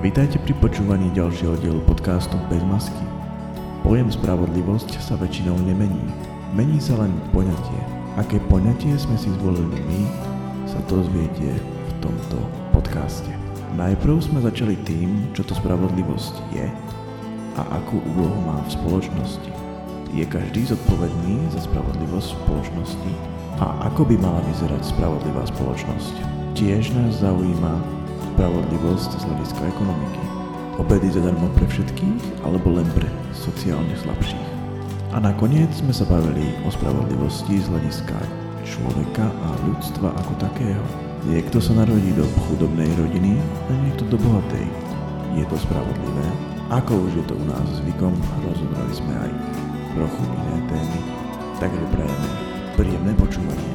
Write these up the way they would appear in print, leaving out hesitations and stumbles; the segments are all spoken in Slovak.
Vítajte pri počúvaní ďalšieho dielu podcastu Bez masky. Pojem spravodlivosť sa väčšinou nemení. Mení sa len poňatie. Aké poňatie sme si zvolili my, sa dozviete v tomto podcaste. Najprv sme začali tým, čo to spravodlivosť je a akú úlohu má v spoločnosti. Je každý zodpovedný za spravodlivosť v spoločnosti a ako by mala vyzerať spravodlivá spoločnosť. Tiež nás zaujíma spravodlivosť z hľadiska ekonomiky. Obedy zadarmo pre všetkých alebo len pre sociálne slabších. A nakoniec sme sa bavili o spravodlivosti z hľadiska človeka a ľudstva ako takého. Niekto sa narodí do chudobnej rodiny a niekto do bohatej. Je to spravodlivé? Ako už je to u nás zvykom, rozobrali sme aj trochu iné témy. Takže prajeme príjemné počúvanie.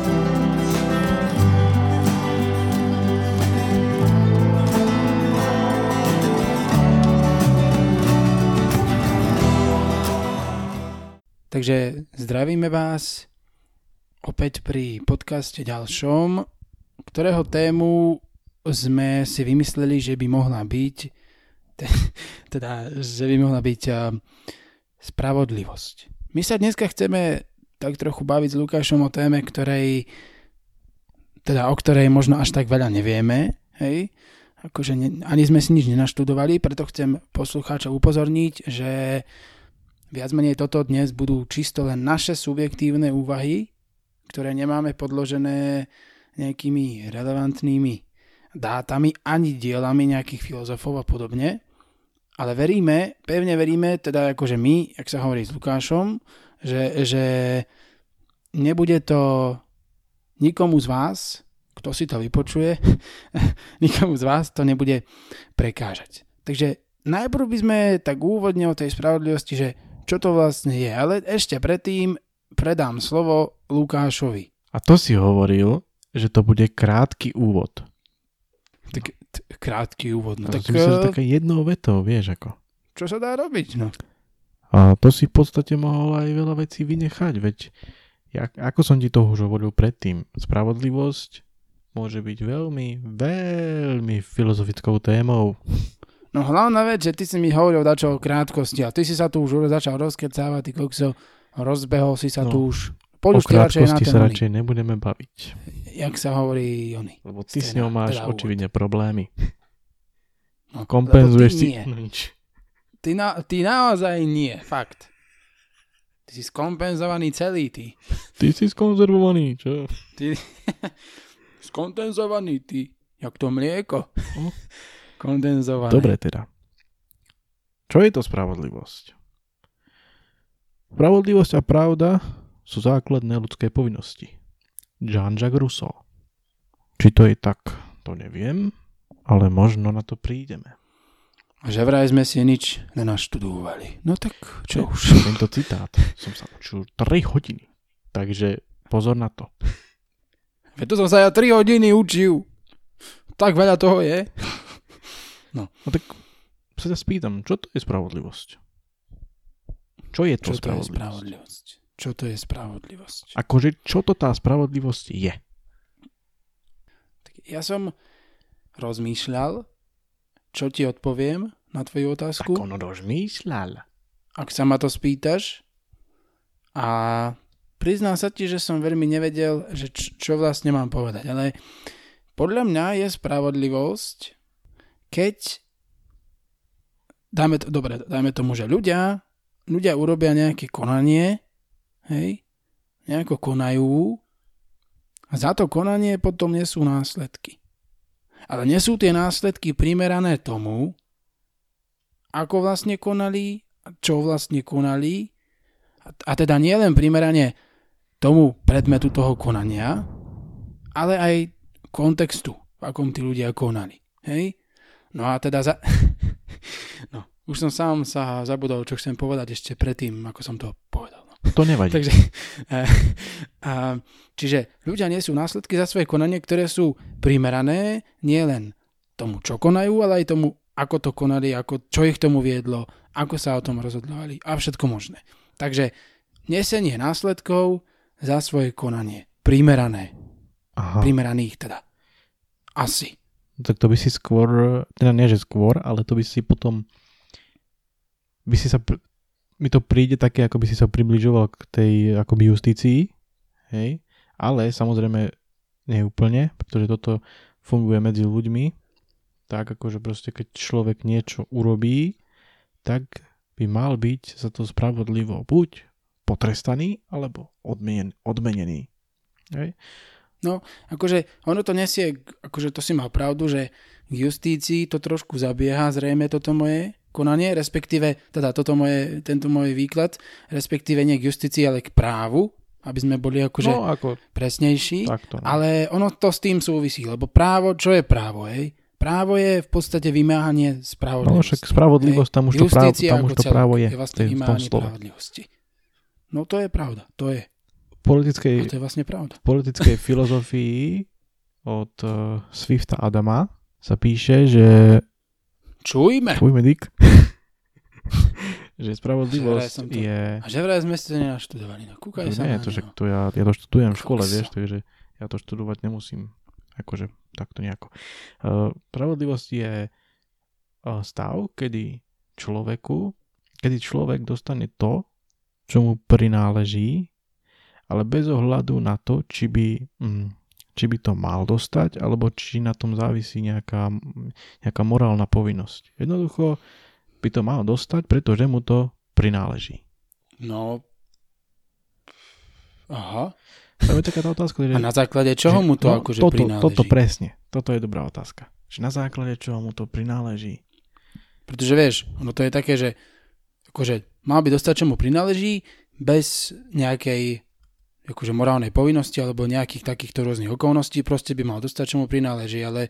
Takže zdravíme vás opäť pri podcaste ďalšom, ktorého tému sme si vymysleli, že by mohla byť spravodlivosť. My sa dneska chceme tak trochu baviť s Lukášom o téme, o ktorej možno až tak veľa nevieme, hej? Akože ani sme si nič nenaštudovali, preto chcem poslucháčov upozorniť, že viac menej toto dnes budú čisto len naše subjektívne úvahy, ktoré nemáme podložené nejakými relevantnými dátami ani dielami nejakých filozofov a podobne. Ale pevne veríme, teda akože my, jak sa hovorí s Lukášom, že nebude to nikomu z vás, kto si to vypočuje, nikomu z vás to nebude prekážať. Takže najprv by sme tak úvodne o tej spravodlivosti, že čo to vlastne je. Ale ešte predtým predám slovo Lukášovi. A to si hovoril, že to bude krátky úvod. Tak krátky úvod. No, tak myslím, že také jednou vetou, vieš ako. Čo sa dá robiť, no? A to si v podstate mohol aj veľa vecí vynechať, veď ako som ti to už hovoril predtým, spravodlivosť môže byť veľmi, veľmi filozofickou témou. No hlavná vec, že ty si mi hovoril dačo o krátkosti a ty si sa tu už začal rozkecávať, ty kokso, rozbehol si sa tu už. O krátkosti sa radšej nebudeme baviť. Jak sa hovorí oni. Lebo ty s ňou máš očividne problémy. No, kompenzuješ si nič. Ty naozaj nie, fakt. Ty si skompenzovaný celý, ty. Ty si skonzervovaný, čo? Ty skompenzovaný, ty. Jak to mlieko. Kondenzované. Dobre teda. Čo je to spravodlivosť? Spravodlivosť a pravda sú základné ľudské povinnosti. Jean-Jacques Rousseau. Či to je tak, to neviem, ale možno na to prídeme. Že vraj sme si nič nenaštudovali. No tak čo už. Tento citát som sa učil 3 hodiny. Takže pozor na to. Veď to som sa ja 3 hodiny učil. Tak veľa toho je. No tak sa ťa spýtam, čo to je spravodlivosť? Čo je to spravodlivosť? Čo to je spravodlivosť? Akože, čo to tá spravodlivosť je? Tak ja som rozmýšľal, čo ti odpoviem na tvoju otázku. Tak ono rozmýšľal. Ak sa ma to spýtaš. A priznám sa ti, že som veľmi nevedel, že čo vlastne mám povedať. Ale podľa mňa je spravodlivosť, keď dajme tomu, že ľudia urobia nejaké konanie, hej, nejako konajú a za to konanie potom nesú následky. Ale nesú tie následky primerané tomu, ako vlastne konali, čo vlastne konali, a teda nie len primerane tomu predmetu toho konania, ale aj kontextu, v akom tí ľudia konali. Hej? No a teda už som sám sa zabudol, čo chcem povedať ešte predtým, ako som to povedal. No. To nevadí. Takže, čiže ľudia nesú následky za svoje konanie, ktoré sú primerané nie len tomu, čo konajú, ale aj tomu, ako to konali, čo ich tomu viedlo, ako sa o tom rozhodovali a všetko možné. Takže nesenie následkov za svoje konanie. Primerané. Aha. Primeraných teda. Asi. tak to by si skôr, teda nie, že skôr, ale to by si potom mi to príde také, ako by si sa približoval k tej akoby justícii, hej, ale samozrejme nie úplne, pretože toto funguje medzi ľuďmi, tak akože proste keď človek niečo urobí, tak by mal byť za to spravodlivo buď potrestaný, alebo odmenený. Hej. No, akože ono to nesie, akože to si mal pravdu, že k justícii to trošku zabieha zrejme toto moje konanie, respektíve, teda tento môj výklad, respektíve nie k justícii, ale k právu, aby sme boli akože presnejší, takto, no. Ale ono to s tým súvisí, lebo právo, čo je právo, hej? Právo je v podstate vymáhanie spravodlivosti. No však spravodlivosť, tam už to právo je. Je vlastne vymáhanie spravodlivosti. No to je pravda, to je. A to je vlastne pravda. V politickej filozofii od Swifta Adama sa píše, že Čujme, Dick. Že spravodlivosť je... A že vraj sme si to nenaštudovali. No, kúkaj sa nie, na to, že to ja to študujem v škole, vieš, takže ja to študovať nemusím. Akože takto nejako. Spravodlivosť je stav, kedy človek dostane to, čo mu prináleží, ale bez ohľadu na to, či by to mal dostať, alebo či na tom závisí nejaká morálna povinnosť. Jednoducho by to mal dostať, pretože mu to prináleží. No, aha. To je taká tá otázka, že... A na základe čoho mu to akože prináleží? Toto presne. Toto je dobrá otázka. Že na základe čoho mu to prináleží. Pretože vieš, ono to je také, že akože mal by dostať, čo mu prináleží, bez nejakej akože morálnej povinnosti alebo nejakých takýchto rôznych okolností, proste by mal dostať, čo mu prináleží, ale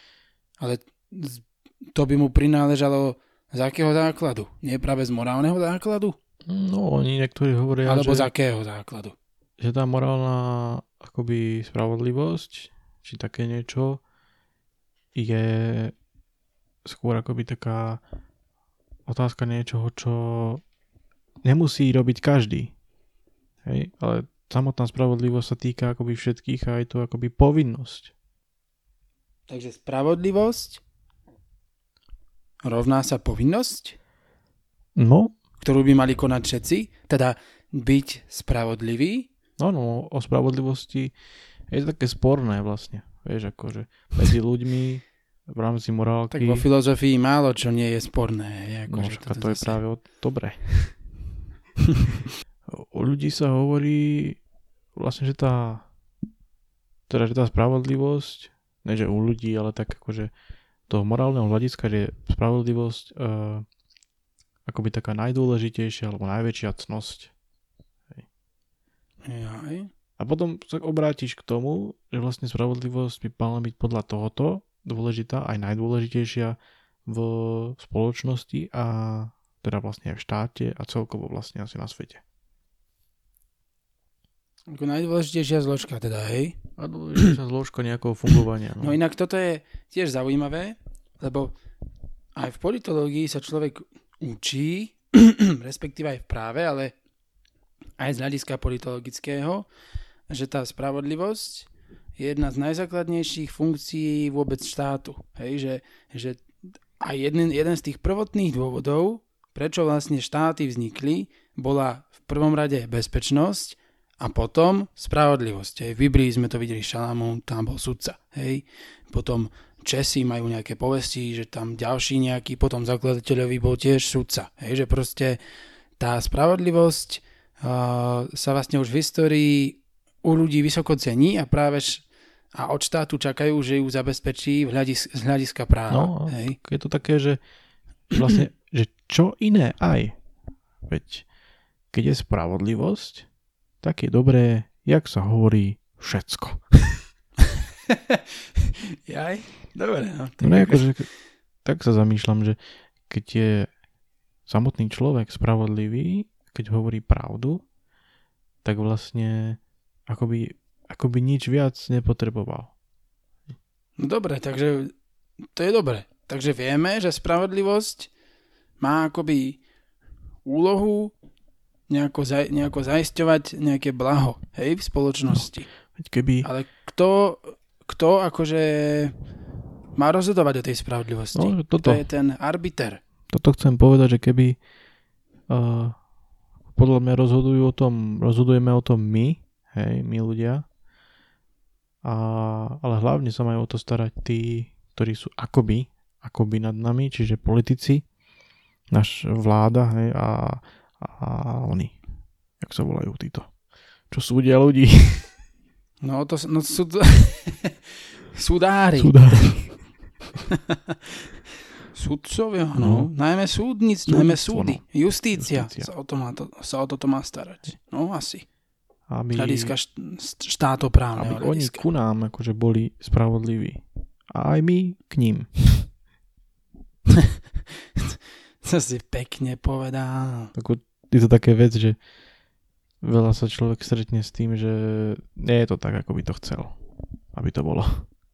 to by mu prináležalo z akého základu? Nie práve z morálneho základu? No, oni niektorí hovoria, alebo z akého základu? Že tá morálna akoby spravodlivosť, či také niečo, je skôr akoby taká otázka niečoho, čo nemusí robiť každý. Hej? Ale samotná spravodlivosť sa týka akoby všetkých a je to akoby povinnosť. Takže spravodlivosť rovná sa povinnosť? No. Ktorú by mali konať všetci? Teda byť spravodlivý? No, o spravodlivosti je to také sporné vlastne. Vieš, akože medzi ľuďmi v rámci morálky... Tak vo filozofii málo čo nie je sporné. Akože to je práve dobre. O ľudí sa hovorí vlastne, že tá spravodlivosť, ne že u ľudí, ale tak akože toho morálneho hľadiska, že spravodlivosť akoby taká najdôležitejšia alebo najväčšia cnosť. Hej. A potom sa obrátiš k tomu, že vlastne spravodlivosť by mala byť podľa tohoto dôležitá, aj najdôležitejšia v spoločnosti a teda vlastne aj v štáte a celkovo vlastne asi na svete. Ako najdôležitejšia zložka teda, hej? Najdôležitejšia zložka nejakého fungovania. No inak toto je tiež zaujímavé, lebo aj v politológii sa človek učí, respektíve aj v práve, ale aj z hľadiska politologického, že tá spravodlivosť je jedna z najzákladnejších funkcií vôbec štátu. Hej? Že aj jeden z tých prvotných dôvodov, prečo vlastne štáty vznikli, bola v prvom rade bezpečnosť a potom spravodlivosť. Hej? V Biblii sme to videli, Šalamún, tam bol sudca. Hej? Potom Česi majú nejaké povesti, že tam ďalší nejaký, potom zakladateľový bol tiež sudca. Hej? Že proste tá spravodlivosť sa vlastne už v histórii u ľudí vysoko cení a práve a od štátu čakajú, že ju zabezpečí z hľadiska práva. No, hej? Je to také, že vlastne, že čo iné aj. Veď keď je spravodlivosť, tak je dobré, jak sa hovorí, všetko. Jaj? Dobre. No akože, tak sa zamýšľam, že keď je samotný človek spravodlivý, keď hovorí pravdu, tak vlastne akoby nič viac nepotreboval. No dobre, takže to je dobre. Takže vieme, že spravodlivosť má akoby úlohu nejako zaisťovať nejaké blaho, hej, v spoločnosti. No, keby... Ale kto akože má rozhodovať o tej spravodlivosti. No, To je ten arbiter. Toto chcem povedať, že keby podľa mňa rozhodujeme o tom my, hej, my ľudia, ale hlavne sa majú o to starať tí, ktorí sú akoby nad nami, čiže politici, náš vláda, hej, a oni, jak sa volajú títo, čo súdia ľudí. Sudári. Sudcovia, najmä súdy. Justícia. Sa o toto má starať. No, asi. Hľadiska štátoprávneho. Aby oni ku nám akože boli spravodliví. A aj my k ním. To si pekne povedal. Je to také vec, že veľa sa človek stretne s tým, že nie je to tak, ako by to chcel, aby to bolo.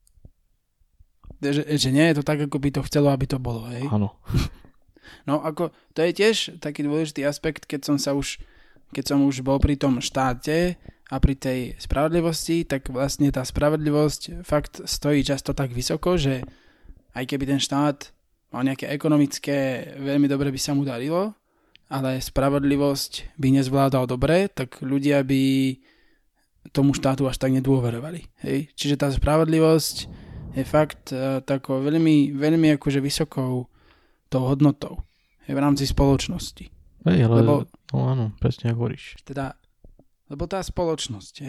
Že nie je to tak, ako by to chcelo, aby to bolo, hej? Áno. No, ako, to je tiež taký dôležitý aspekt, keď som už bol pri tom štáte a pri tej spravodlivosti, tak vlastne tá spravodlivosť fakt stojí často tak vysoko, že aj keby ten štát mal nejaké ekonomické, veľmi dobre by sa mu darilo, ale spravodlivosť by nezvládal dobre, tak ľudia by tomu štátu až tak nedôverovali. Hej? Čiže tá spravodlivosť je fakt takou veľmi, veľmi akože vysokou tou hodnotou v rámci spoločnosti. Hej, ale no áno, presne ako hovoríš. Teda, lebo tá spoločnosť,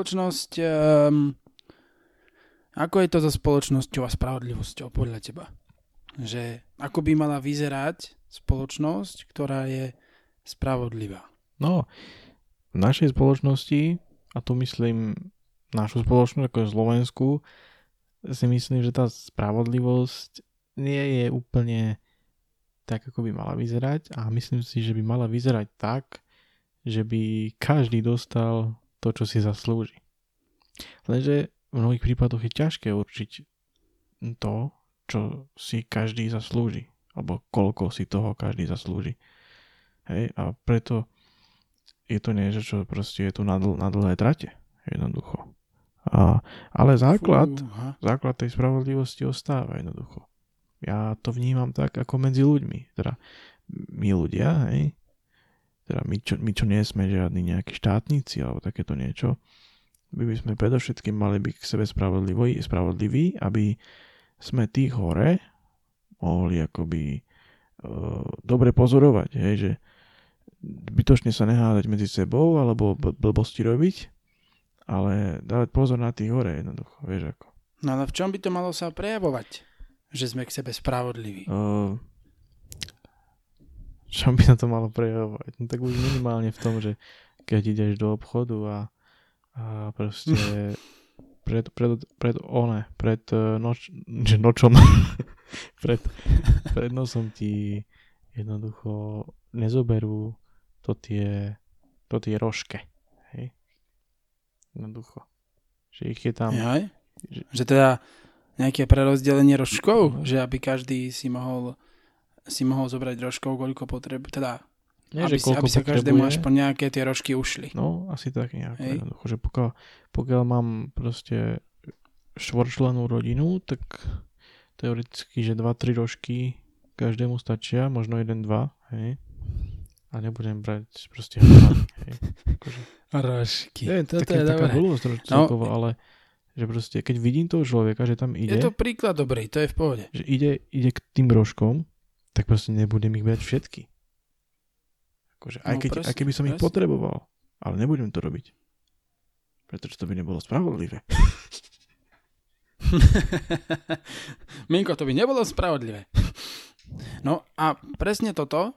ako je to so spoločnosťou a spravodlivosťou podľa teba? Že ako by mala vyzerať spoločnosť, ktorá je spravodlivá? No, v našej spoločnosti, a tu myslím našu spoločnosť ako Slovensku, si myslím, že tá spravodlivosť nie je úplne tak, ako by mala vyzerať, a myslím si, že by mala vyzerať tak, že by každý dostal to, čo si zaslúži. Lenže v mnohých prípadoch je ťažké určiť to, čo si každý zaslúži, alebo koľko si toho každý zaslúži. Hej, a preto je to niečo, čo proste je tu na dlhé trate, jednoducho. Ale základ tej spravodlivosti ostáva jednoducho. Ja to vnímam tak, ako medzi ľuďmi. Teda my ľudia, hej, teda my čo nie sme žiadni nejakí štátnici alebo takéto niečo, by sme predovšetkým mali byť k sebe spravodliví, aby sme tých hore mohli akoby dobre pozorovať, hej, že zbytočne sa nehádať medzi sebou alebo blbosti robiť, ale dávať pozor na tých hore jednoducho, vieš ako. No ale v čom by to malo sa prejavovať, že sme k sebe spravodliví? Čom by sa to malo prejavovať? No tak už minimálne v tom, že keď ideš do obchodu a proste pred nosom ti jednoducho nezoberú to tie rožke. Hej? Jednoducho. Že ich je tam... Že teda nejaké prerozdelenie rožkov? Že aby každý si mohol zobrať rožkov, koľko potrebuje. Teda, nie, aby sa každému aspoň nejaké tie rožky ušli. No, asi tak nejako. Jednoducho, že pokiaľ mám proste štvorčlennú rodinu, tak teoreticky, že 2-3 rožky každému stačia, možno 1-2, hej. A nebudem brať proste hej. Akože, rožky. To je taká blbosť celkovo, ale že proste, keď vidím toho človeka, že tam ide... Je to príklad dobrý, to je v pohode. Že ide k tým rožkom, tak proste nebudem ich brať všetky. Akože, aj keby som ich potreboval, ale nebudem to robiť. Pretože to by nebolo spravodlivé. Minko, to by nebolo spravodlivé. No a presne toto,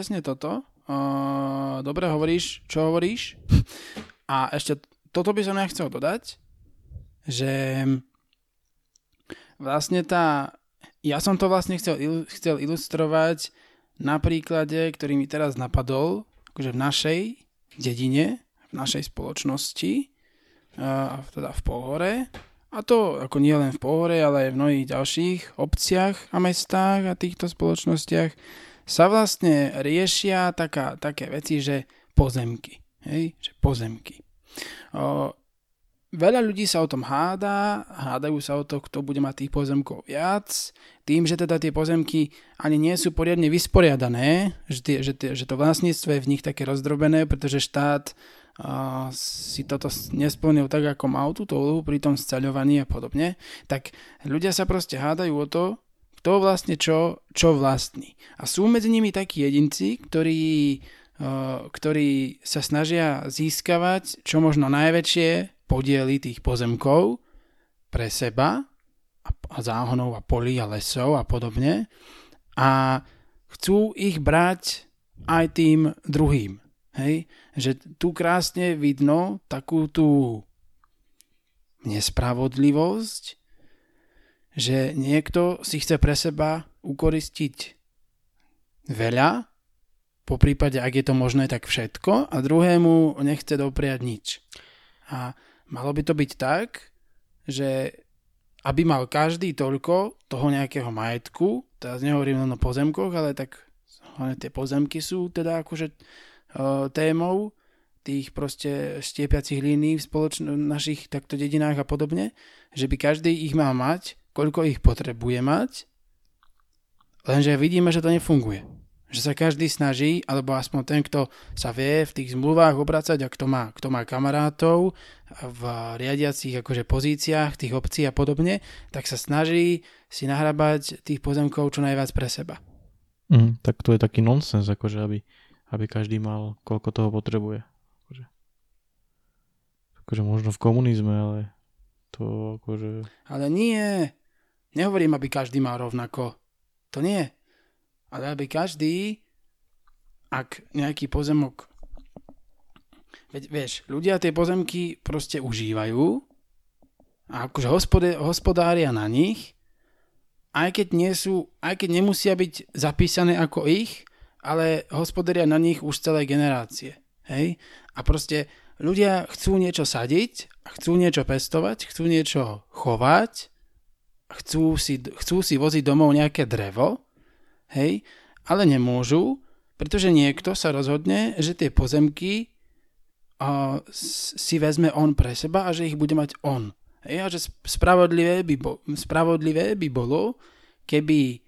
dobre hovoríš, čo hovoríš. A ešte toto by som ja chcel dodať, že vlastne ja som to vlastne chcel ilustrovať na príklade, ktorý mi teraz napadol, akože v našej dedine, v našej spoločnosti, teda v Pohore. A to ako nie len v Pohore, ale aj v mnohých ďalších obciach a mestách a týchto spoločnostiach sa vlastne riešia také veci, že pozemky. Hej? Že pozemky. veľa ľudí sa o tom hádajú sa o to, kto bude mať tých pozemkov viac, tým, že teda tie pozemky ani nie sú poriadne vysporiadané, že to vlastníctvo je v nich také rozdrobené, pretože štát si toto nesplnil tak, ako mal túto úlohu pri tom scaľovaní a podobne, tak ľudia sa proste hádajú o to, kto vlastne čo vlastní. A sú medzi nimi takí jedinci, ktorí sa snažia získavať čo možno najväčšie podiely tých pozemkov pre seba a záhonov a polí a lesov a podobne a chcú ich brať aj tým druhým. Hej? Že tu krásne vidno takú tú nespravodlivosť, že niekto si chce pre seba ukoristiť veľa, po prípade, ak je to možné, tak všetko a druhému nechce dopriať nič. A malo by to byť tak, že aby mal každý toľko toho nejakého majetku, teraz nehovorím len o pozemkoch, ale tak tie pozemky sú teda akože témou tých proste štiepiacich línií v našich takto dedinách a podobne, že by každý ich mal mať, koľko ich potrebuje mať, lenže vidíme, že to nefunguje. Že sa každý snaží, alebo aspoň ten, kto sa vie v tých zmluvách obracať a kto má kamarátov v riadiacich akože pozíciách tých obcí a podobne, tak sa snaží si nahrabať tých pozemkov čo najviac pre seba. Tak to je taký nonsens, akože aby každý mal, koľko toho potrebuje. Akože možno v komunizme, ale to akože... Ale nie. Nehovorím, aby každý mal rovnako. To nie. Ale aby každý, ak nejaký pozemok... Vieš, ľudia tie pozemky proste užívajú a akože hospodária na nich, aj keď nemusia byť zapísané ako ich, ale hospodária na nich už celé generácie. Hej? A proste ľudia chcú niečo sadiť, chcú niečo pestovať, chcú niečo chovať, chcú si voziť domov nejaké drevo, hej, ale nemôžu, pretože niekto sa rozhodne, že tie pozemky si vezme on pre seba a že ich bude mať on. Hej, a že spravodlivé by bolo, keby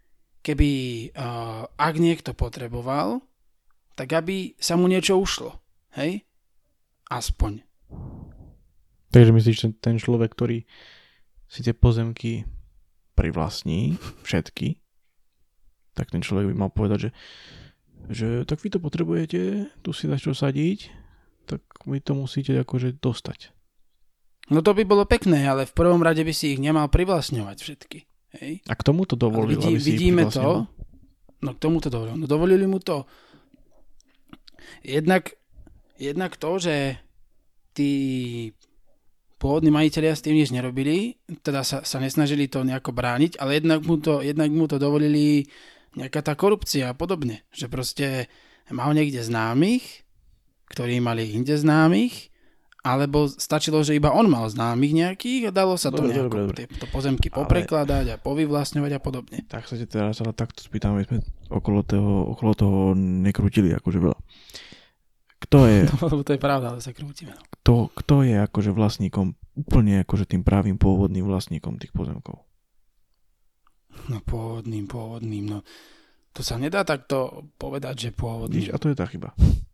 ak niekto potreboval, tak aby sa mu niečo ušlo. Hej? Aspoň. Takže myslíš, že ten človek, ktorý si tie pozemky privlastní, všetky, tak ten človek by mal povedať, že tak vy to potrebujete, tu si dať čo sadiť, tak vy to musíte akože dostať. No to by bolo pekné, ale v prvom rade by si ich nemal privlastňovať všetky. Hej? A k tomu to dovolil, aby si ich privlastňoval? No k tomu to dovolil. No dovolili mu to jednak to, že tí pôvodní majitelia s tým nič nerobili, teda sa nesnažili to nejako brániť, ale jednak mu to dovolili nejaká tá korupcia a podobne. Že proste mal niekde známych, ktorí mali inde známych, alebo stačilo, že iba on mal známych nejakých a dalo sa to nejako tieto pozemky poprekladať a povyvlastňovať a podobne. Tak sa ti teraz ale takto spýtam, aby sme okolo toho nekrútili akože veľa. Kto je... No, to je pravda, ale sa krútime. Kto je akože vlastníkom, úplne akože tým pravým pôvodným vlastníkom tých pozemkov? No pôvodným, no to sa nedá takto povedať, že pôvodný. A to je tá chyba.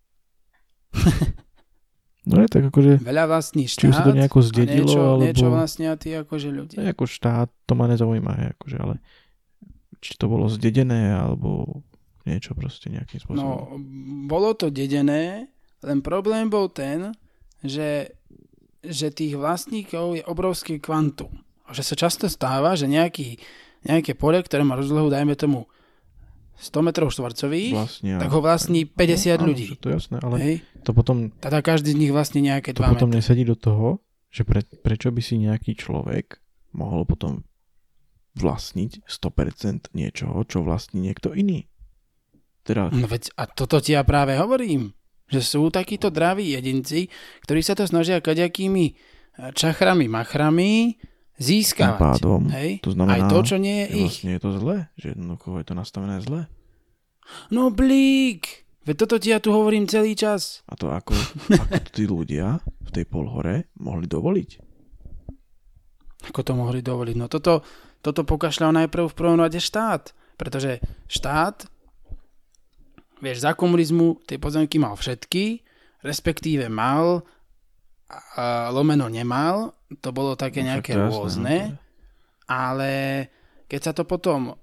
No je tak akože... Veľa vlastní štát, či už sa to nejako zdedilo, alebo... Niečo vlastnia tí akože ľudia. Ako štát, to ma nezaujíma, akože, ale či to bolo zdedené, alebo niečo proste nejakým spôsobom. No, bolo to dedené, len problém bol ten, že tých vlastníkov je obrovský kvantum. A že sa často stáva, že nejaké pole, ktoré má rozlohu, dajme tomu 100 metrov štvorcových, tak ho vlastní 50 ľudí. To je jasné, ale hej? To potom... Teda každý z nich vlastní nejaké 2 metre. To potom nesedí do toho, že prečo by si nejaký človek mohol potom vlastniť 100% niečoho, čo vlastní niekto iný. Teda... No veď, a toto ti ja práve hovorím, že sú takíto draví jedinci, ktorí sa to snažia kaďakými čachrami, machrami získavať. Pádom, hej? To znamená, aj to, čo nie je ich. Vlastne je to zlé, že jednoducho je to nastavené zle. No blík, Veď toto ti ja tu hovorím celý čas. A to ako tí ľudia v tej Polhore mohli dovoliť? Ako to mohli dovoliť? No toto pokašľal najprv v prvom rade štát. Pretože štát, vieš, za komunizmu tie pozemky mal všetky, respektíve mal, lomeno nemal, to bolo také nejaké rôzne, ale keď sa to potom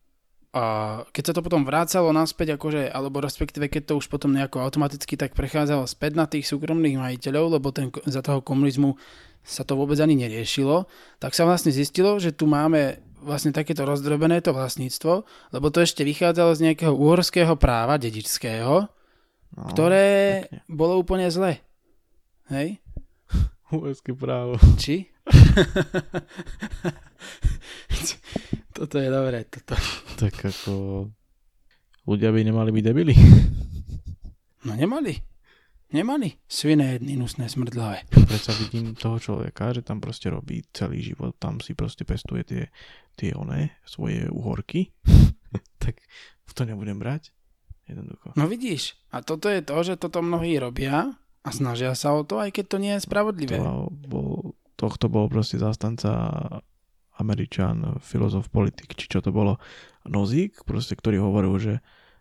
vrácalo naspäť, akože, alebo respektíve keď to už potom nejako automaticky tak prechádzalo späť na tých súkromných majiteľov, lebo za toho komunizmu sa to vôbec ani neriešilo, tak sa vlastne zistilo, že tu máme vlastne takéto rozdrobené to vlastníctvo, lebo to ešte vychádzalo z nejakého uhorského práva, dedičského, ktoré bolo úplne zle. Hej? Uhorské právo. Či? Toto je dobré. Tak ako ľudia by nemali byť debili. No nemali. Svine jedný nusné smrdlavé. Predsa vidím toho človeka, že tam proste robí celý život, tam si proste pestuje tie svoje uhorky. Tak to nebudem brať. Jednoducho. No vidíš, a toto je to, že toto mnohí robia a snažia sa o to, aj keď to nie je spravodlivé. Tohto bol proste zástanca Američan, filozof, politik, či čo to bolo, Nozick, proste, ktorý hovoril, že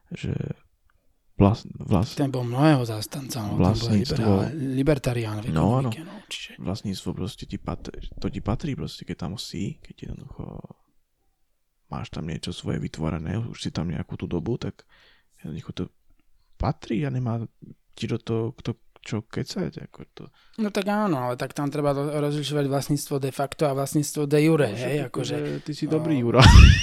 ten bol mnohého zástanca, vlastníctvo, libertarián v ekonomike. No, čiže... Vlastníctvo proste ti patrí, proste, keď tam si, keď jednoducho máš tam niečo svoje vytvorené, už si tam nejakú tú dobu, tak jednoducho to patrí a nemá ti do toho čo kecať. Ako to. No tak áno, ale tak tam treba rozlišovať vlastníctvo de facto a vlastníctvo de jure. Hej, akože... Ty si dobrý, Jura.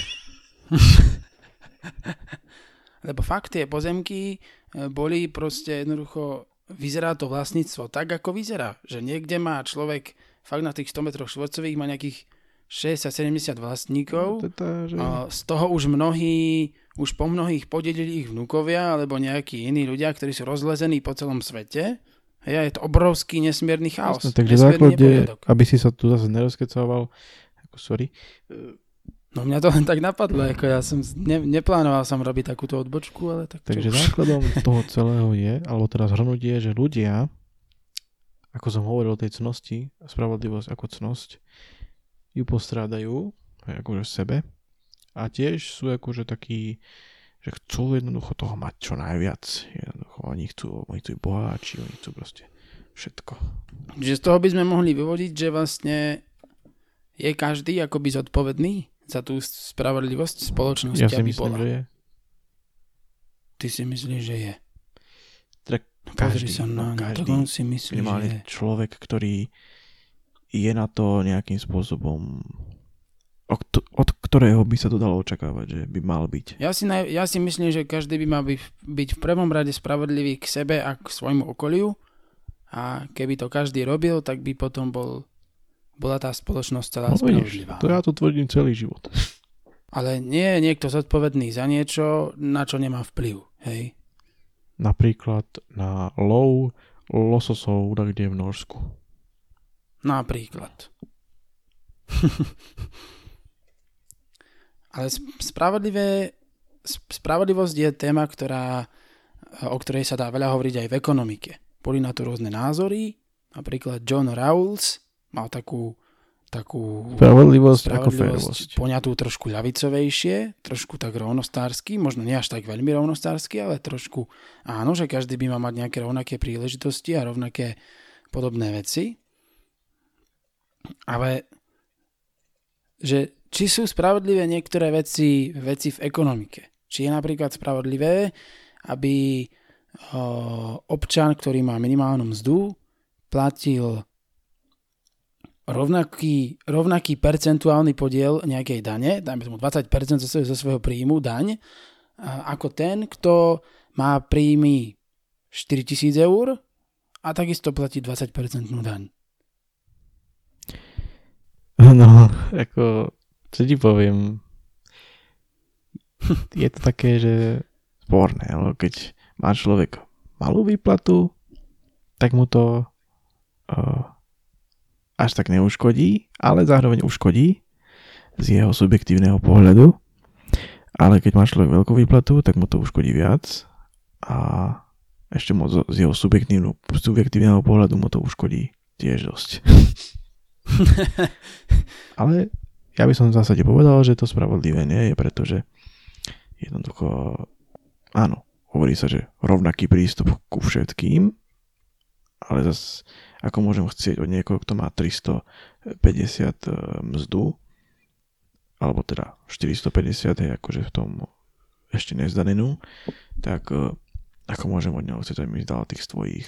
Lebo fakt tie pozemky boli proste jednoducho, vyzerá to vlastníctvo tak, ako vyzerá. Že niekde má človek fakt na tých 100 metroch štvorcových má nejakých 60-70 vlastníkov. Z toho už po mnohých podedili ich vnukovia alebo nejakí iní ľudia, ktorí sú rozlezení po celom svete. Hej, je to obrovský nesmierny chaos. Jasne, takže základe, aby si sa tu zase nerozkecoval, No mňa to len tak napadlo, ako ja som neplánoval som robiť takúto odbočku, ale tak čo. Takže základom toho celého je, alebo teraz zhrnutie, že ľudia, ako som hovoril o tej cnosti, spravodlivosť ako cnosť, ju postrádajú, akože v sebe, a tiež sú akože takí, že chcú jednoducho toho mať čo najviac. Jednoducho, oni chcú boháči, oni chcú proste všetko. Že z toho by sme mohli vyvodiť, že vlastne je každý akoby zodpovedný za tú spravodlivosť spoločnosti, ja si aby myslím, bola. Že je. Ty si myslíš, že je? Tak každý, tak on si myslí, že je. Človek, ktorý je na to nejakým spôsobom, od ktorého by sa to dalo očakávať, že by mal byť. Ja si myslím, že každý by mal byť v prvom rade spravodlivý k sebe a k svojmu okoliu, a keby to každý robil, tak by potom bola tá spoločnosť celá spravodlivá. To ja to tvrdím celý život. Ale nie je niekto zodpovedný za niečo, na čo nemá vplyv, hej? Napríklad na lov lososov, kde v Norsku. Napríklad. Ale spravodlivosť je téma, o ktorej sa dá veľa hovoriť aj v ekonomike. Boli na to rôzne názory, napríklad John Rawls mal takú spravodlivosť ako férovosť. Poňatú trošku ľavicovejšie, trošku tak rovnostársky, možno nie až tak veľmi rovnostársky, ale trošku áno, že každý by mal mať nejaké rovnaké príležitosti a rovnaké podobné veci. Ale že či sú spravodlivé niektoré veci v ekonomike. Či je napríklad spravodlivé, aby občan, ktorý má minimálnu mzdu, platil rovnaký percentuálny podiel nejakej dane, dajme tomu 20% zo svojho príjmu daň, ako ten, kto má príjmy 4 000 eur a takisto platí 20% daň. No, ako, čo ti poviem, je to také, že sporné, ale keď má človek malú výplatu, tak mu to až tak neuškodí, ale zároveň uškodí z jeho subjektívneho pohľadu. Ale keď má človek veľkú výplatu, tak mu to uškodí viac a ešte moc z jeho subjektívneho pohľadu mu to uškodí tiež dosť. Ale ja by som v zásade povedal, že to spravodlivé nie je, pretože jednoducho áno, hovorí sa, že rovnaký prístup ku všetkým, ale zase ako môžem chcieť od niekoho, kto má 350 mzdu, alebo teda 450, hej, akože v tom ešte nezdanenú, tak ako môžem od neho chcieť, aby mi dal tých svojich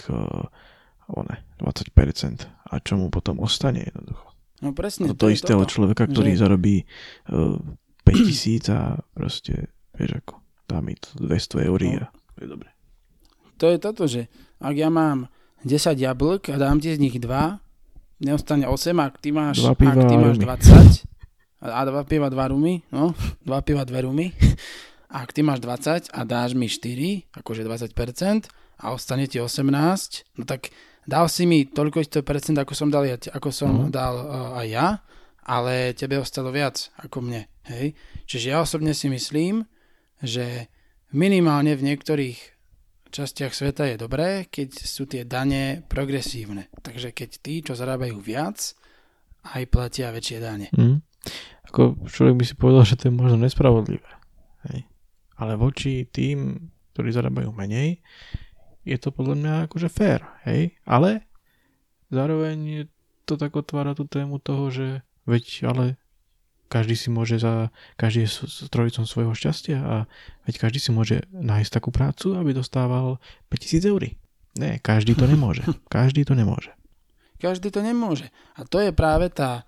20%, a čo mu potom ostane jednoducho. No presne. To istého človeka, ktorý zarobí 5,000 a proste, vieš ako, dá mi to 200 eur a to je dobre. To je toto, že ak ja mám 10 jablk a dám ti z nich 2, neostane 8, ak ty máš 20 a 2 piva 2 rumy, no, 2 piva 2 rumy, a ak ty máš 20 a dáš mi 4, akože 20% a ostane ti 18, no tak dal si mi toľko 100%, ako som dal aj ja, ale tebe ostalo viac ako mne, hej. Čiže ja osobne si myslím, že minimálne v niektorých častiach sveta je dobré, keď sú tie dane progresívne. Takže keď tí, čo zarábajú viac, aj platia väčšie dane. Ako človek by si povedal, že to je možno nespravodlivé. Hej. Ale voči tým, ktorí zarábajú menej, je to podľa mňa akože fair. Hej. Ale zároveň to tak otvára tú tému toho, že ale každý je strojicom svojho šťastia a veď každý si môže nájsť takú prácu, aby dostával 5,000 eur. Nie, každý to nemôže. Každý to nemôže. Každý to nemôže. A to je práve tá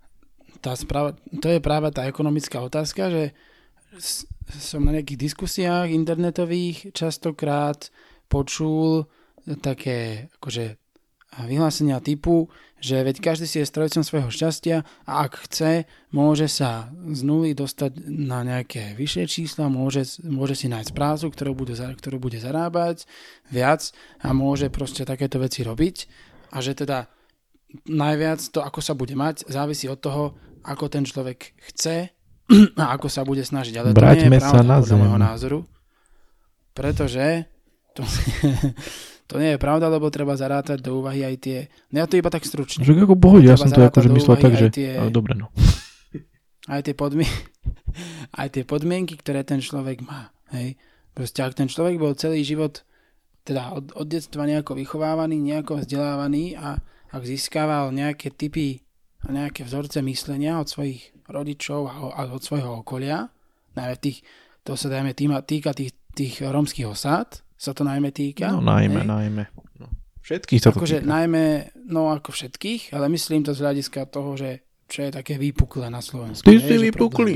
ekonomická otázka, že som na nejakých diskusiách internetových častokrát počul také akože vyhlásenia typu, že veď každý si je strojcom svojho šťastia a ak chce, môže sa z nuly dostať na nejaké vyššie čísla, môže si nájsť prácu, ktorú bude zarábať viac a môže proste takéto veci robiť a že teda najviac to, ako sa bude mať, závisí od toho, ako ten človek chce a ako sa bude snažiť. Ale to nie je pravda podľa môjho názoru, pretože to nie je pravda, lebo treba zarátať do úvahy aj tie... No ja to iba tak stručne. Že ako pohodí, ja som to akože myslel tak, že... Ale dobre, no. Aj tie podmienky, ktoré ten človek má. Hej. Proste ak ten človek bol celý život teda od detstva nejako vychovávaný, nejako vzdelávaný a ak získaval nejaké typy a nejaké vzorce myslenia od svojich rodičov a od svojho okolia, najmä to sa dajme týka tých rómskych osád, sa to najmä týka. No najmä. No. Všetkých sa to týka. Najmä, ako všetkých, ale myslím to z hľadiska toho, že čo je také vypuklé na Slovensku. Ty si vypuklý.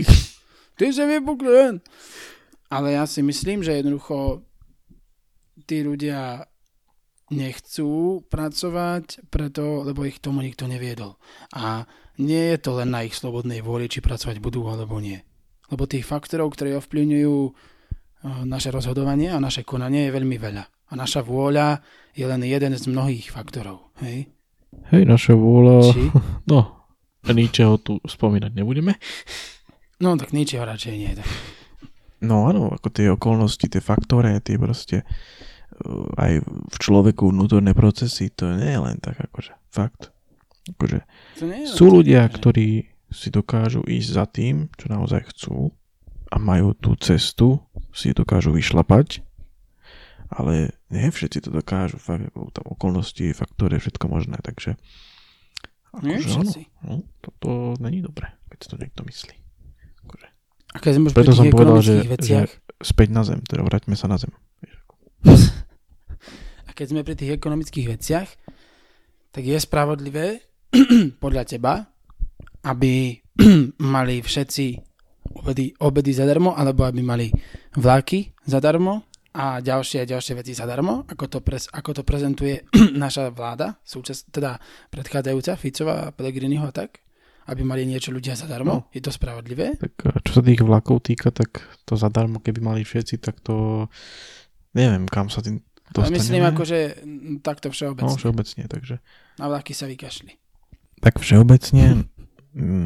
Ale ja si myslím, že jednoducho tí ľudia nechcú pracovať lebo ich tomu nikto neviedol. A nie je to len na ich slobodnej vôli, či pracovať budú alebo nie. Lebo tých faktorov, ktoré ovplyvňujú naše rozhodovanie a naše konanie je veľmi veľa. A naša vôľa je len jeden z mnohých faktorov. Hej, naša vôľa... No, ničeho tu spomínať nebudeme. No, tak ničeho radšej nie. Tak. No áno, ako tie okolnosti, tie faktory, tie proste aj v človeku vnútorné procesy, to nie je len tak akože fakt. Akože sú ľudia, ktorí si dokážu ísť za tým, čo naozaj chcú a majú tú cestu, si dokážu vyšlapať, ale nie všetci to dokážu, fakt, tam okolnosti, faktory, všetko možné, takže toto není dobré, keď to niekto myslí. Akože. A keď sme preto som povedal, že späť na zem, teda vráťme sa na zem. A keď sme pri tých ekonomických veciach, tak je spravodlivé podľa teba, aby mali všetci obedy zadarmo, alebo aby mali vláky zadarmo a ďalšie veci zadarmo, ako to prezentuje naša vláda, teda predchádzajúca Ficová a Pellegriniho a tak, aby mali niečo ľudia zadarmo. Je to spravodlivé? Tak čo sa tých vlákov týka, tak to zadarmo, keby mali všetci, tak to neviem, kam sa tým dostaneme. Myslím akože takto všeobecne. No, všeobecne, takže. Na vláky sa vykašli. Tak všeobecne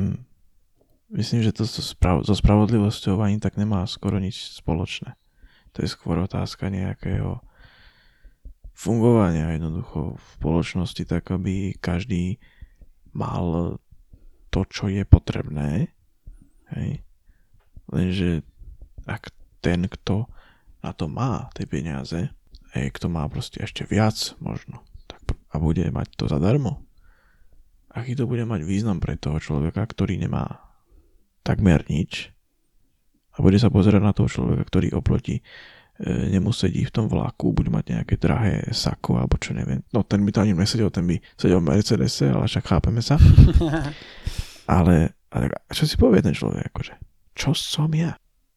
myslím, že to so spravodlivosťou ani tak nemá skoro nič spoločné. To je skôr otázka nejakého fungovania jednoducho v spoločnosti, tak aby každý mal to, čo je potrebné. Hej. Lenže ak ten, kto na to má tie peniaze, kto má proste ešte viac možno, tak a bude mať to zadarmo, aký to bude mať význam pre toho človeka, ktorý nemá takmer nič a bude sa pozerať na toho človeka, ktorý oproti nemu sedí v tom vlaku, bude mať nejaké drahé sako alebo čo neviem. No ten by to ani nesedel, ten by sedel v Mercedese, ale však chápeme sa. ale čo si povie ten človek, akože? Čo som ja?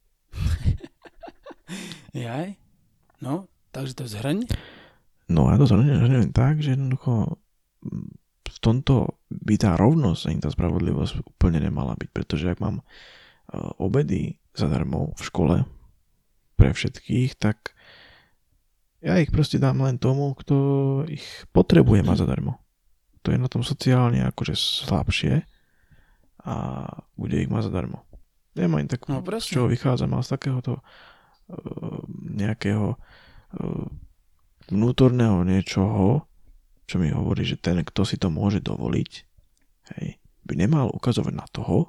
Jaj? No, takže to zhrň? No ja to zhrňujem tak, že jednoducho v tomto by tá rovnosť ani tá spravodlivosť úplne nemala byť, pretože ak mám obedy zadarmo v škole pre všetkých, tak ja ich proste dám len tomu, kto ich potrebuje mať zadarmo. To je na tom sociálne akože slabšie a bude ich mať zadarmo. Ja mám tak, z čoho vychádzam, ale z takéhoto nejakého vnútorného niečoho, čo mi hovorí, že ten, kto si to môže dovoliť, hej, by nemal ukazovať na toho,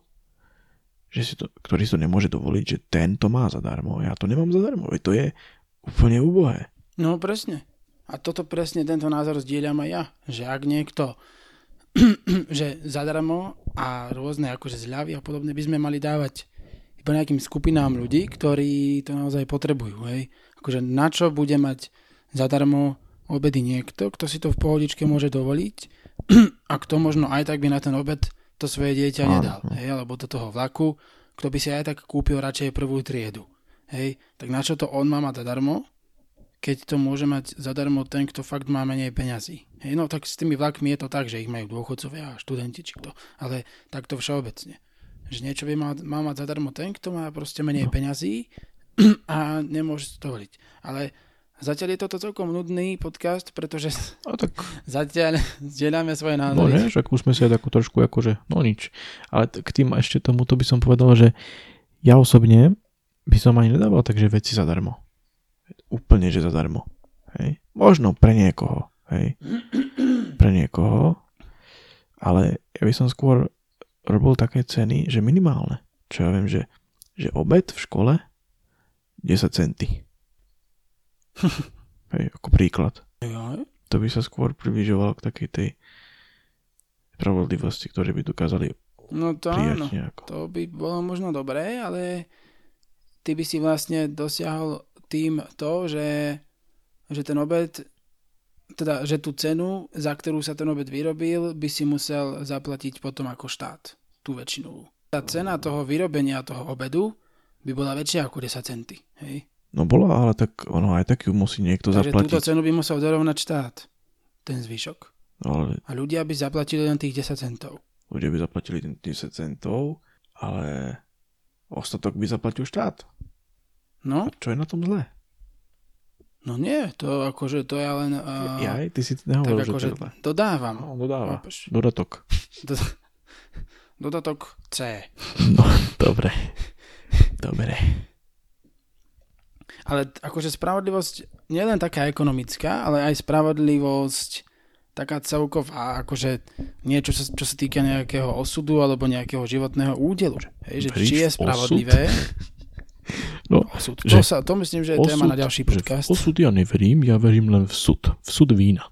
ktorý si to nemôže dovoliť, že ten to má zadarmo. Ja to nemám zadarmo, veď to je úplne úbohé. No presne. A toto presne tento názor zdieľam aj ja, že ak niekto že zadarmo a rôzne akože zľavy a podobne by sme mali dávať iba nejakým skupinám ľudí, ktorí to naozaj potrebujú. Hej. Akože na čo bude mať zadarmo obedy niekto, kto si to v pohodičke môže dovoliť a kto možno aj tak by na ten obed to svoje dieťa nedal. Hej, alebo do toho vlaku, kto by si aj tak kúpil radšej prvú triedu. Hej, tak na čo to on má mať zadarmo, keď to môže mať zadarmo ten, kto fakt má menej peňazí. Hej, no tak s tými vlakmi je to tak, že ich majú dôchodcovia a študenti či kto, ale takto všeobecne. Že niečo by mal mať zadarmo ten, kto má proste menej peňazí a nemôže si to dovoliť. Ale zatiaľ je toto celkom nudný podcast, pretože zatiaľ zdieľame svoje názory. No nie, však už sme si aj takú trošku akože, no nič. Ale k tým ešte tomuto by som povedal, že ja osobne by som ani nedával takže veci zadarmo. Úplne, že zadarmo. Hej. Možno pre niekoho. Hej. Pre niekoho. Ale ja by som skôr robil také ceny, že minimálne. Čo ja viem, že obed v škole 10 centy. Hej, ako príklad. To by sa skôr približovalo k takej tej spravodlivosti, ktoré by dokázali prijať áno. nejako. To by bolo možno dobré, ale ty by si vlastne dosiahol tým to, že ten obed, teda, že tú cenu, za ktorú sa ten obed vyrobil, by si musel zaplatiť potom ako štát. Tú väčšinovú. Tá cena toho vyrobenia toho obedu by bola väčšia ako 10 centy. Hej? No bola, ale tak ono aj tak ju musí niekto takže zaplatiť. Takže túto cenu by musel dorovnať štát. Ten zvyšok. Ale a ľudia by zaplatili len tých 10 centov. Ľudia by zaplatili 10 centov, ale ostatok by zaplatil štát. No. A čo je na tom zlé? No nie, to akože to je len... ty si nehovoril, tak akože že to je zlé. Dodávam. No, dodáva. Dodatok. Dodatok C. No, dobre. Ale akože spravodlivosť nie len taká ekonomická, ale aj spravodlivosť taká celková, akože niečo, čo sa týka nejakého osudu alebo nejakého životného údelu. Hej, že či je spravodlivé. No, osud. To myslím, že je téma na ďalší podcast. V osud ja neverím, ja verím len v súd. V súd vína.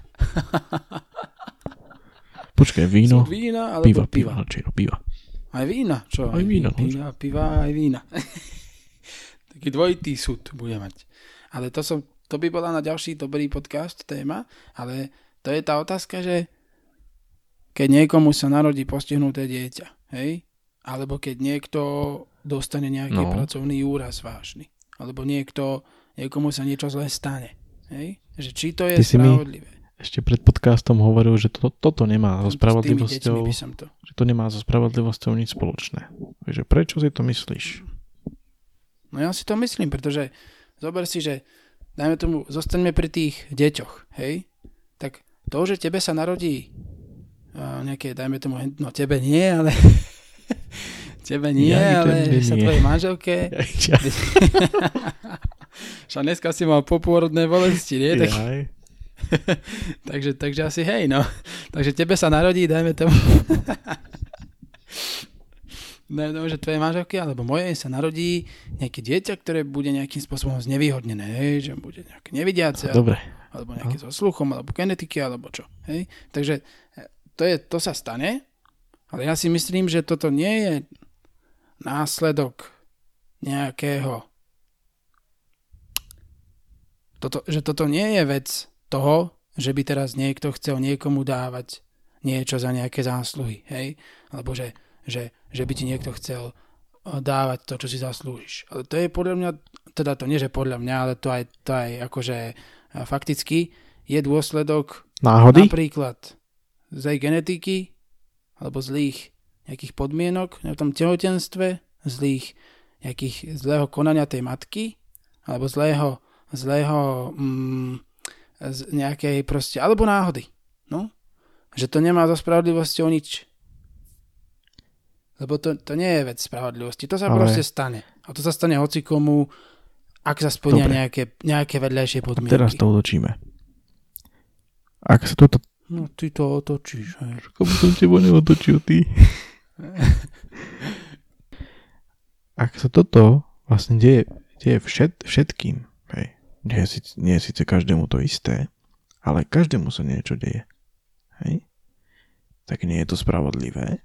Počkaj, víno, súd vína alebo piva. Piva. Aj vína, čo? Aj vína. Piva, aj vína. Taký dvojitý súd bude mať. Ale to by bola na ďalší dobrý podcast téma, ale to je tá otázka, že keď niekomu sa narodí postihnuté dieťa, hej? Alebo keď niekto dostane nejaký pracovný úraz vážny, alebo niekomu sa niečo zlé stane, hej? Že či to je spravodlivé. Ešte pred podcastom hovoril, že toto nemá so spravodlivosťou, že to nemá so spravodlivosťou nič spoločné. Takže prečo si to myslíš? No ja si to myslím, pretože zober si, že dajme tomu, zostaňme pri tých deťoch, hej? Tak to, že tebe sa narodí nejaké, dajme tomu, no tebe nie, ale tebe nie, ale že sa tvojej manželke Však dneska si mal popôrodné bolesti, nie? Tak, Jaj. takže asi hej, no. Takže tebe sa narodí, dajme tomu... dajme tomu, že tvojej manželky alebo mojej sa narodí nejaké dieťa, ktoré bude nejakým spôsobom znevýhodnené, hej? Že bude nejaké nevidiace. Dobre. Alebo nejaké so sluchom, alebo genetiky, alebo čo. Hej? Takže to sa stane, ale ja si myslím, že toto nie je následok nejakého... Toto nie je vec toho, že by teraz niekto chcel niekomu dávať niečo za nejaké zásluhy, hej? Alebo že by ti niekto chcel dávať to, čo si zaslúžiš. Ale to je podľa mňa, teda to nie, že podľa mňa, ale to aj akože fakticky je dôsledok Náhody? napríklad zlej genetiky alebo zlých nejakých podmienok v tom tehotenstve, zlého konania tej matky alebo zlého nejakej proste, alebo náhody. No? Že to nemá so spravodlivosťou nič. Lebo to nie je vec spravodlivosti. To sa proste stane. A to sa stane hocikomu, ak sa splnia nejaké vedľajšie podmienky. A teraz to otočíme. Ak sa toto... No ty to otočíš. Hej. Komu som teba neotočil, ty? Ak sa toto vlastne deje všetkým, hej, nie je síce každému to isté, ale každému sa niečo deje, hej, tak nie je to spravodlivé.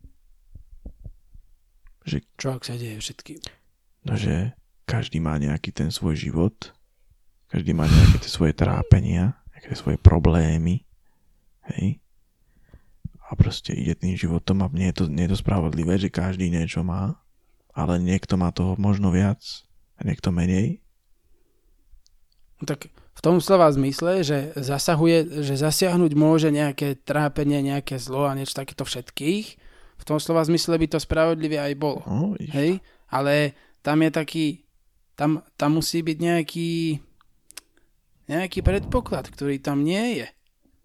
Že, čo ak sa deje všetkým? No, že každý má nejaký ten svoj život, každý má nejaké tie svoje trápenia, nejaké tie svoje problémy, hej, a proste ide tým životom a nie je to spravodlivé, že každý niečo má, ale niekto má toho možno viac a niekto menej. Tak v tom slova zmysle, že zasiahnuť môže nejaké trápenie, nejaké zlo a niečo takéto všetkých, v tom slova zmysle by to spravodlivé aj bolo. No, hej? Ale tam je taký, tam musí byť nejaký predpoklad, ktorý tam nie je.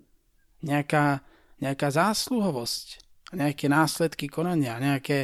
Nejaká zásluhovosť, nejaké následky konania,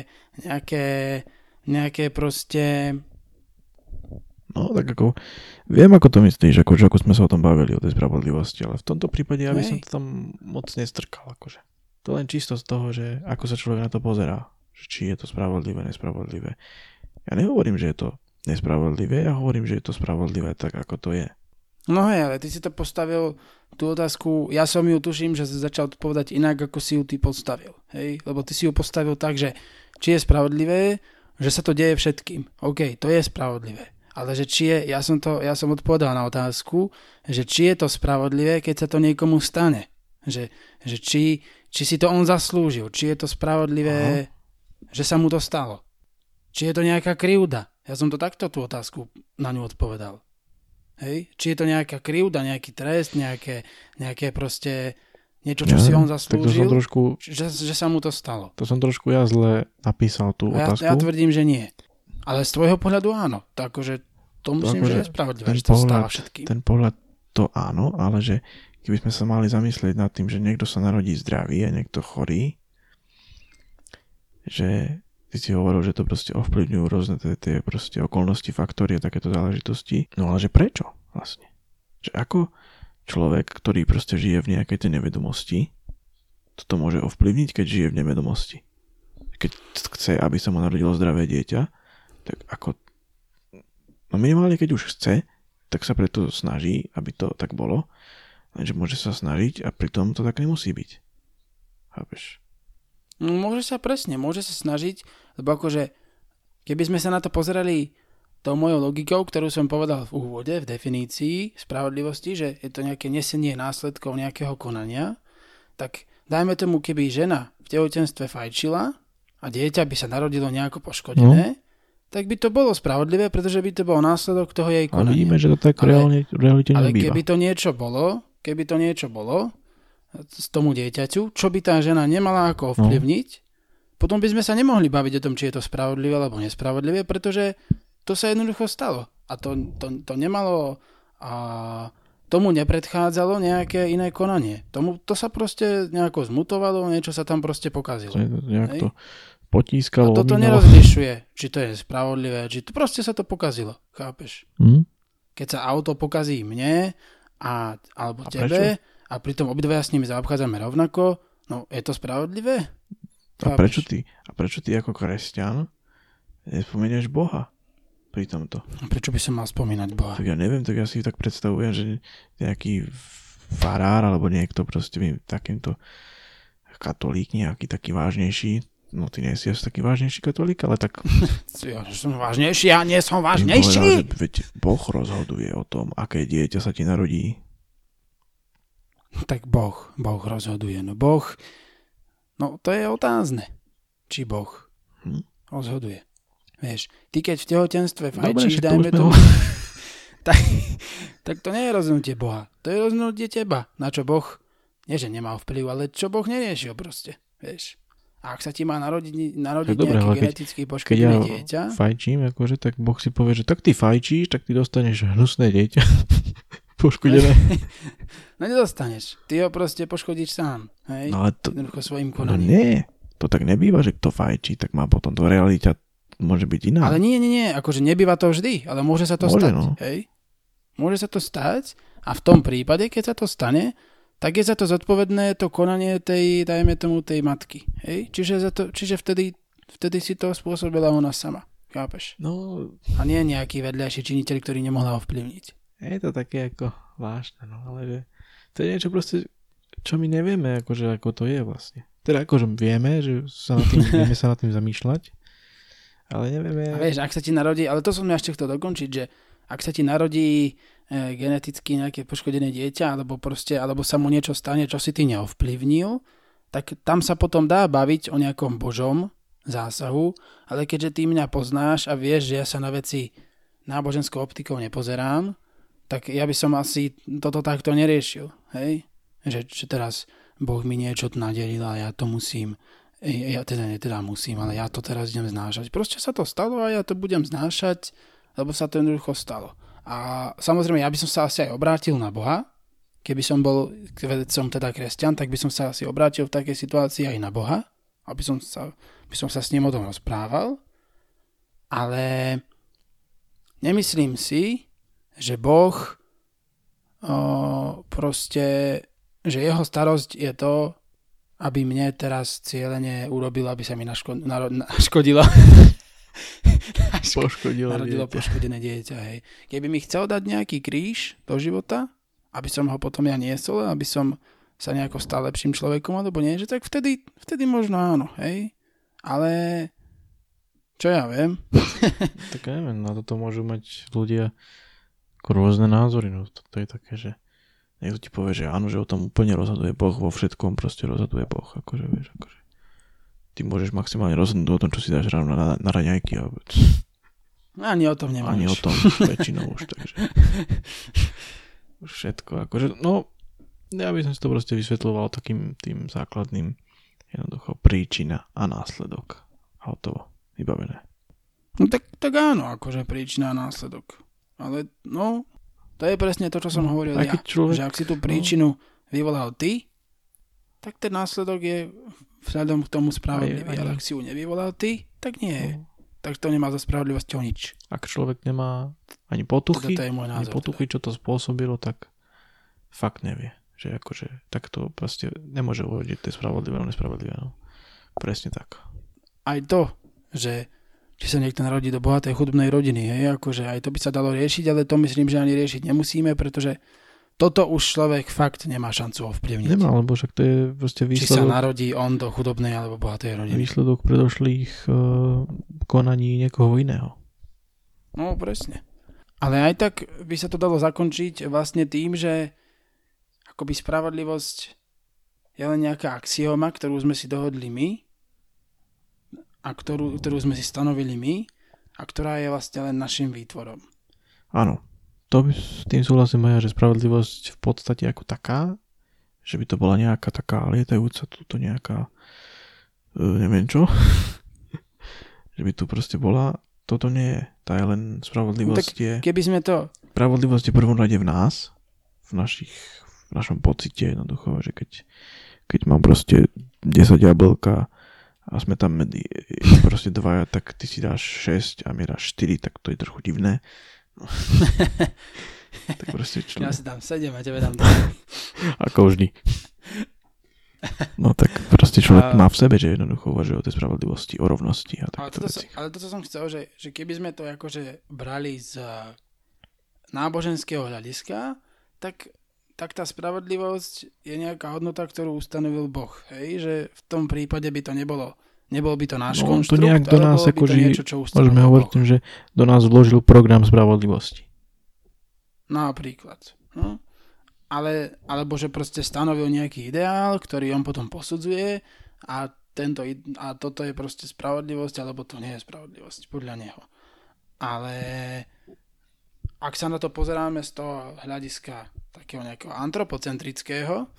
nejaké proste... No, tak ako, viem, ako to myslíš, ako sme sa o tom bavili, o tej spravodlivosti, ale v tomto prípade ja by som to tam moc nestrkal, akože. To len čisto z toho, že ako sa človek na to pozerá, že či je to spravodlivé, nespravodlivé. Ja nehovorím, že je to nespravodlivé, ja hovorím, že je to spravodlivé tak, ako to je. No hej, ale ty si to postavil, tú otázku, ja som ju tuším, že si začal odpovedať inak, ako si ju ty postavil. Hej? Lebo ty si ju postavil tak, že či je spravodlivé, že sa to deje všetkým. OK, to je spravodlivé. Ale že či je, ja som odpovedal na otázku, že či je to spravodlivé, keď sa to niekomu stane. Že či si to on zaslúžil, či je to spravodlivé, že sa mu to stalo. Či je to nejaká krivda. Ja som to takto tú otázku na ňu odpovedal. Hej? Či je to nejaká krivda, nejaký trest, nejaké proste niečo, čo si on zaslúžil, že sa mu to stalo. To som trošku ja zle napísal tú otázku. Ja tvrdím, že nie. Ale z tvojho pohľadu áno. Takže to myslím, že je spravodlivé, že to stáva všetkým. Ten pohľad to áno, ale že keby sme sa mali zamyslieť nad tým, že niekto sa narodí zdravý a niekto chorý, že ty si hovoril, že to proste ovplyvňujú rôzne tie proste okolnosti, faktory a takéto záležitosti. No ale že prečo vlastne? Že ako človek, ktorý proste žije v nejakej tej nevedomosti, toto môže ovplyvniť, keď žije v nevedomosti. Keď chce, aby sa mu narodilo zdravé dieťa, tak ako... No minimálne, keď už chce, tak sa preto snaží, aby to tak bolo. Lenže môže sa snažiť a pritom to tak nemusí byť. Chápeš? No, môže sa snažiť, lebo akože keby sme sa na to pozerali tou mojou logikou, ktorú som povedal v úvode, v definícii spravodlivosti, že je to nejaké nesenie následkov nejakého konania, tak dajme tomu, keby žena v tehotenstve fajčila a dieťa by sa narodilo nejako poškodené, tak by to bolo spravodlivé, pretože by to bol následok toho jej konania. Ale vidíme, že to tak realite nebýva. Ale keby to niečo bolo z tomu dieťaťu, čo by tá žena nemala ako ovplyvniť, potom by sme sa nemohli baviť o tom, či je to spravodlivé alebo nespravodlivé, pretože to sa jednoducho stalo. A to nemalo... tomu nepredchádzalo nejaké iné konanie. To sa proste nejako zmutovalo, niečo sa tam proste pokazilo. Nejak to potískalo. A toto nerozlišuje, či to je spravodlivé, či to proste sa to pokazilo. Chápeš? keď sa auto pokazí mne alebo tebe a pritom obidvaja s nimi zaobchádzame rovnako, no je to spravodlivé? A prečo ty ako kresťan nespomenieš Boha pri tomto? A prečo by som mal spomínať Boha? Tak ja neviem, tak ja si tak predstavujem, že nejaký farár alebo niekto proste takýmto katolík, nejaký taký vážnejší, no ty nie si asi taký vážnejší katolík, ale tak... Ja som vážnejší, ja nie som vážnejší. Povedal, že veď Boh rozhoduje o tom, aké dieťa sa ti narodí. Tak Boh rozhoduje. No Boh, no to je otázne, či Boh rozhoduje. Vieš, ty keď v tehotenstve fajčíš, dajme tomu, tak to nie je rozhodnutie Boha. To je rozhodnutie teba. Na čo Boh, nie že nemal vplyv, ale čo Boh neriešil proste. Vieš. A ak sa ti má narodiť nejaké geneticky poškodené dieťa... Keď ja fajčím, akože, tak Boh si povie, že tak ty fajčíš, tak ty dostaneš hnusné dieťa. Poškodené. No nedostaneš. Ty ho proste poškodíš sám. Hej? No ale to... svojím No konaním. nie. To tak nebýva, že kto fajčí, tak má potom to realita môže byť iná. Ale nie. Akože nebýva to vždy, ale môže sa to stať. No. Hej? Môže sa to stať a v tom prípade, keď sa to stane, tak je za to zodpovedné to konanie dajme tomu tej matky. Hej? Čiže vtedy si to spôsobila ona sama. Chápeš? No... A nie nejaký vedľajší činiteľ, ktorý nemohla ovplyvniť. Je to také ako vážne, no ale že to je niečo proste, čo my nevieme, akože ako to je vlastne. Teda akože vieme, že vieme sa nad tým zamýšľať, ale nevieme... A vieš, ak sa ti narodí, ale to som ja ešte chcel dokončiť, že ak sa ti narodí geneticky nejaké poškodené dieťa, alebo sa mu niečo stane, čo si ty neovplyvnil, tak tam sa potom dá baviť o nejakom božom zásahu, ale keďže ty mňa poznáš a vieš, že ja sa na veci náboženskou optikou nepozerám, tak ja by som asi toto takto neriešil. Hej? Že teraz Boh mi niečo nadelil a ja to musím, ja teda musím, ale ja to teraz idem znášať. Proste sa to stalo a ja to budem znášať, lebo sa to jednoducho stalo. A samozrejme, ja by som sa asi aj obrátil na Boha. Keby som teda kresťan, tak by som sa asi obrátil v takej situácii aj na Boha, aby som sa s ním o tom rozprával. Ale nemyslím si, že Boh že jeho starosť je to, aby mne teraz cieľene urobil, aby sa mi naškodilo. Narodilo poškodené dieťa. Hej. Keby mi chcel dať nejaký kríž do života, aby som ho potom ja niesol, aby som sa nejako stal lepším človekom, alebo nie, že tak vtedy možno áno, hej. Ale čo ja viem? Tak neviem, na toto môžu mať ľudia rôzne názory, no to je také, že niekto ti povie, že áno, že o tom úplne rozhoduje Boh, vo všetkom proste rozhoduje Boh, akože vieš, akože ty môžeš maximálne rozhodnúť o tom, čo si dáš ráno na raňajky, alebo... Ani o tom nemáš. Ani o tom väčšinou už, takže... Už všetko, akože, no, ja by som si to proste vysvetľoval takým tým základným, jednoducho príčina a následok. A hotovo, vybavené. No tak áno, akože príčina a následok. Ale, no, to je presne to, čo som hovoril ja. Že ak si tú príčinu vyvolal ty, tak ten následok je vzhľadom k tomu spravodlivý. Ale ak si ju nevyvolal ty, tak nie je. Tak to nemá za spravodlivosťou nič. Ak človek nemá ani potuchy, čo to spôsobilo, tak fakt nevie. Že akože takto proste nemôže uvodiť, to je spravodlivé, ale nespravodlivé. No. Presne tak. Aj to, že či sa niekto narodí do bohatej chudobnej rodiny, hej, akože aj to by sa dalo riešiť, ale to myslím, že ani riešiť nemusíme, pretože toto už človek fakt nemá šancu ovplyvniť. Nemá, lebo však to je proste výsledok... Či sa narodí on do chudobnej alebo bohatej rodiny. Výsledok predošlých konaní niekoho iného. No, presne. Ale aj tak by sa to dalo zakončiť vlastne tým, že akoby spravodlivosť je len nejaká axioma, ktorú sme si dohodli my a ktorú sme si stanovili my a ktorá je vlastne len našim výtvorom. Áno. To by s tým súhlasím aj, že spravodlivosť v podstate ako taká, že by to bola nejaká taká lietajúca, túto nejaká neviem čo, že by tu proste bola, toto nie je, tá je len spravodlivosť je... Keby sme to... Spravodlivosť je v prvom rade v nás, v našom pocite jednoducho, že keď mám proste 10 jablka a sme tam proste dvaja, tak ty si dáš 6 a mi dáš 4, tak to je trochu divné. Tak proste Ja si tam sedem a tebe dám Ako vždy. No tak proste človek má v sebe, že jednoducho uvažuje o tej spravodlivosti, o rovnosti a takto veci. Ale toto som chcel, že keby sme to akože brali z náboženského hľadiska, tak tá spravodlivosť je nejaká hodnota, ktorú ustanovil Boh. Hej? Že v tom prípade by to nebol by to náš konštrukt, to nejak do nás ale bolo by to niečo, čo ustanovil môžeme hovoriť tým, že do nás vložil program spravodlivosti. Napríklad. No? Alebo že proste stanovil nejaký ideál, ktorý on potom posudzuje a toto je proste spravodlivosť, alebo to nie je spravodlivosť podľa neho. Ale ak sa na to pozeráme z toho hľadiska takého nejakého antropocentrického,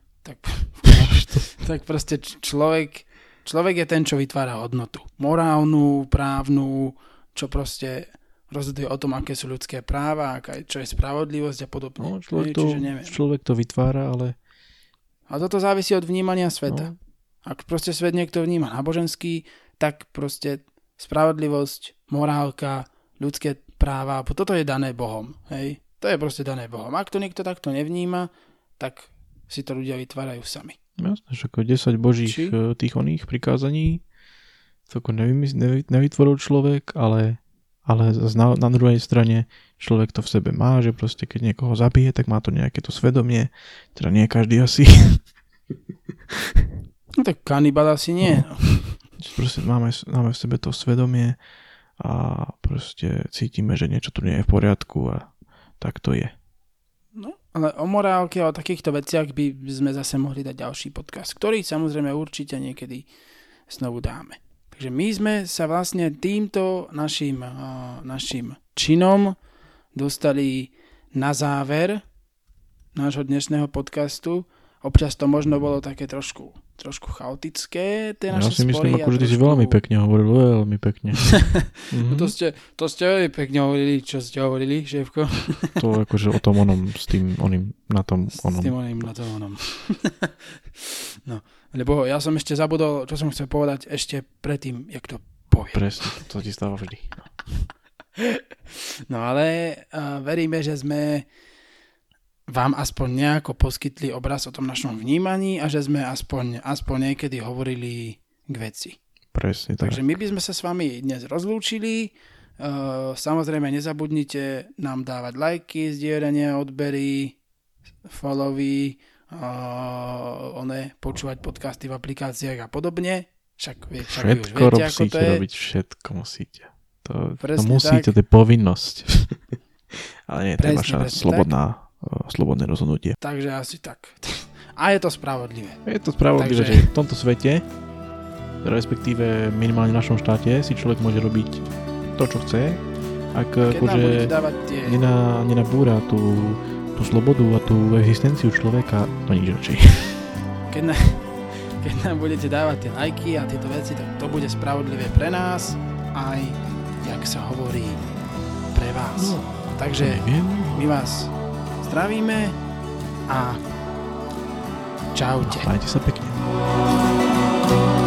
tak proste človek je ten, čo vytvára hodnotu. Morálnu, právnu, čo proste rozhoduje o tom, aké sú ľudské práva, čo je spravodlivosť a podobne. No, človek to vytvára, ale... A toto závisí od vnímania sveta. No. Ak proste svet niekto vníma náboženský, tak proste spravodlivosť, morálka, ľudské práva, toto je dané Bohom. Hej? To je proste dané Bohom. Ak to niekto takto nevníma, tak si to ľudia vytvárajú sami. Jasne, že ako 10 božích tých oných prikázaní to ako nevytvoril človek, ale na druhej strane človek to v sebe má, že proste keď niekoho zabije, tak má to nejaké to svedomie, teda nie každý asi. No tak kanibal asi nie. No. Proste máme v sebe to svedomie a proste cítime, že niečo tu nie je v poriadku a tak to je. No, ale o morálke a o takýchto veciach by sme zase mohli dať ďalší podcast, ktorý samozrejme určite niekedy znovu dáme. Takže my sme sa vlastne týmto našim činom dostali na záver nášho dnešného podcastu. Občas to možno bolo také trošku chaotické, tie naše spory. Ja si myslím, akože ty si veľmi pekne hovoril, veľmi pekne. Mm-hmm. To ste veľmi pekne hovorili, čo ste hovorili, šéfko. To akože o tom onom, s tým oným, na tom onom. S tým oným, na tom onom. No, lebo ja som ešte zabudol, čo som chcel povedať ešte predtým, jak to poviem. Presne, to ti stáva vždy. No ale veríme, že sme vám aspoň nejako poskytli obraz o tom našom vnímaní a že sme aspoň niekedy hovorili k veci. Presne tak. Takže my by sme sa s vami dnes rozlúčili. Samozrejme nezabudnite nám dávať lajky, zdieľania, odbery, followy, počúvať podcasty v aplikáciách a podobne. Však vy už viete, ako to je. Všetko musíte. To musíte, to je povinnosť. Ale nie, to je vaša slobodné rozhodnutie. Takže asi tak. A je to spravodlivé. Je to spravodlivé, že v tomto svete, respektíve minimálne v našom štáte, si človek môže robiť to, čo chce. Ak akože nenabúra tú slobodu a tú existenciu človeka, to nič radšej. Keď nám budete dávať tie lajky a tieto veci, tak to bude spravodlivé pre nás, aj, jak sa hovorí, pre vás. No, takže my vás zdravíme a čaute. Majte sa pekne.